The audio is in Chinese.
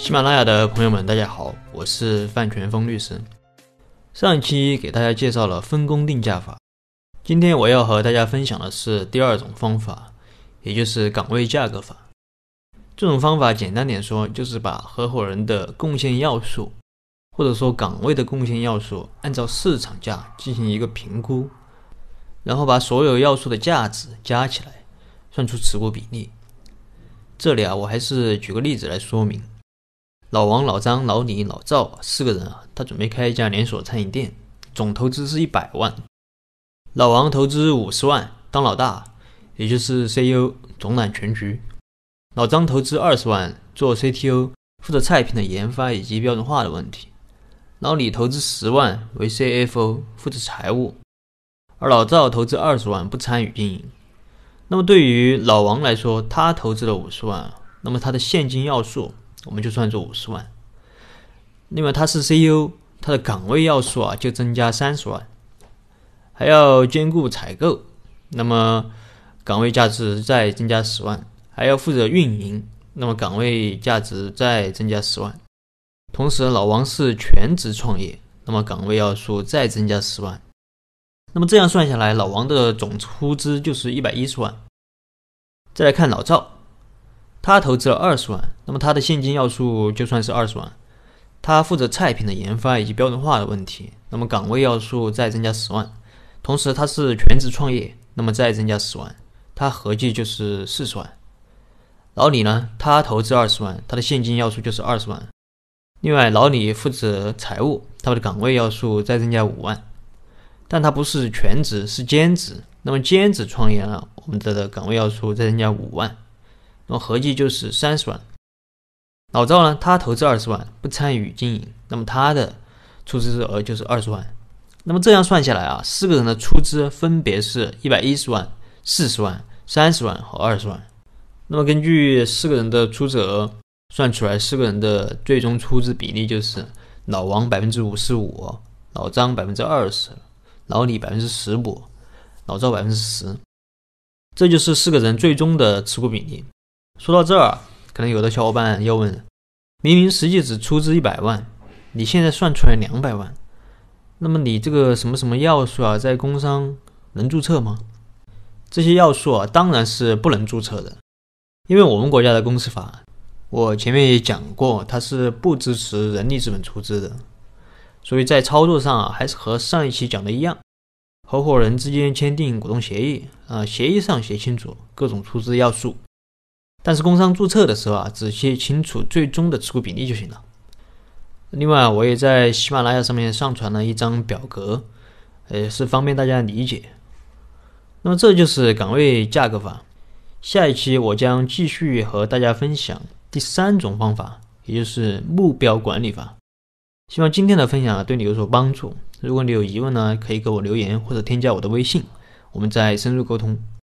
喜马拉雅的朋友们，大家好，我是范全峰律师。上一期给大家介绍了分工定价法，今天我要和大家分享的是第二种方法，也就是岗位价格法。这种方法简单点说，就是把合伙人的贡献要素，或者说岗位的贡献要素，按照市场价进行一个评估，然后把所有要素的价值加起来，算出持股比例。这里我还是举个例子来说明。老王、老张、老李、老赵四个人他准备开一家连锁餐饮店，总投资是100万。老王投资50万当老大，也就是 CEO 总揽全局。老张投资20万做 CTO， 负责菜品的研发以及标准化的问题。老李投资10万为 CFO， 负责财务。而老赵投资20万不参与经营。那么对于老王来说，他投资了50万，那么他的现金要素我们就算作50万。另外他是 CEO， 他的岗位要素就增加30万，还要兼顾采购，那么岗位价值再增加10万，还要负责运营，那么岗位价值再增加10万。同时老王是全职创业，那么岗位要素再增加10万。那么这样算下来，老王的总出资就是110万。再来看老赵，他投资了20万，那么他的现金要素就算是20万。他负责菜品的研发以及标准化的问题，那么岗位要素再增加10万。同时他是全职创业，那么再增加10万，他合计就是40万。老李呢，他投资20万，他的现金要素就是20万。另外老李负责财务，他的岗位要素再增加5万。但他不是全职，是兼职，那么兼职创业我们的岗位要素再增加5万，那么合计就是30万。老赵呢，他投资20万，不参与经营，那么他的出资额就是20万。那么这样算下来四个人的出资分别是110万、40万、30万和20万。那么根据4个人的出资额算出来，4个人的最终出资比例就是老王 55%， 老张 20%，老李 15%， 老赵 10%， 这就是4个人最终的持股比例。说到这儿，可能有的小伙伴要问，明明实际只出资100万，你现在算出来200万，那么你这个什么什么要素在工商能注册吗？这些要素当然是不能注册的，因为我们国家的公司法，我前面也讲过，它是不支持人力资本出资的。所以在操作上还是和上一期讲的一样，合伙人之间签订股东协议，协议上写清楚各种出资要素，但是工商注册的时候只写清楚最终的持股比例就行了。另外我也在喜马拉雅上面上传了一张表格，是方便大家理解。那么这就是岗位价格法。下一期我将继续和大家分享第3种方法，也就是目标管理法。希望今天的分享对你有所帮助。如果你有疑问可以给我留言或者添加我的微信，我们再深入沟通。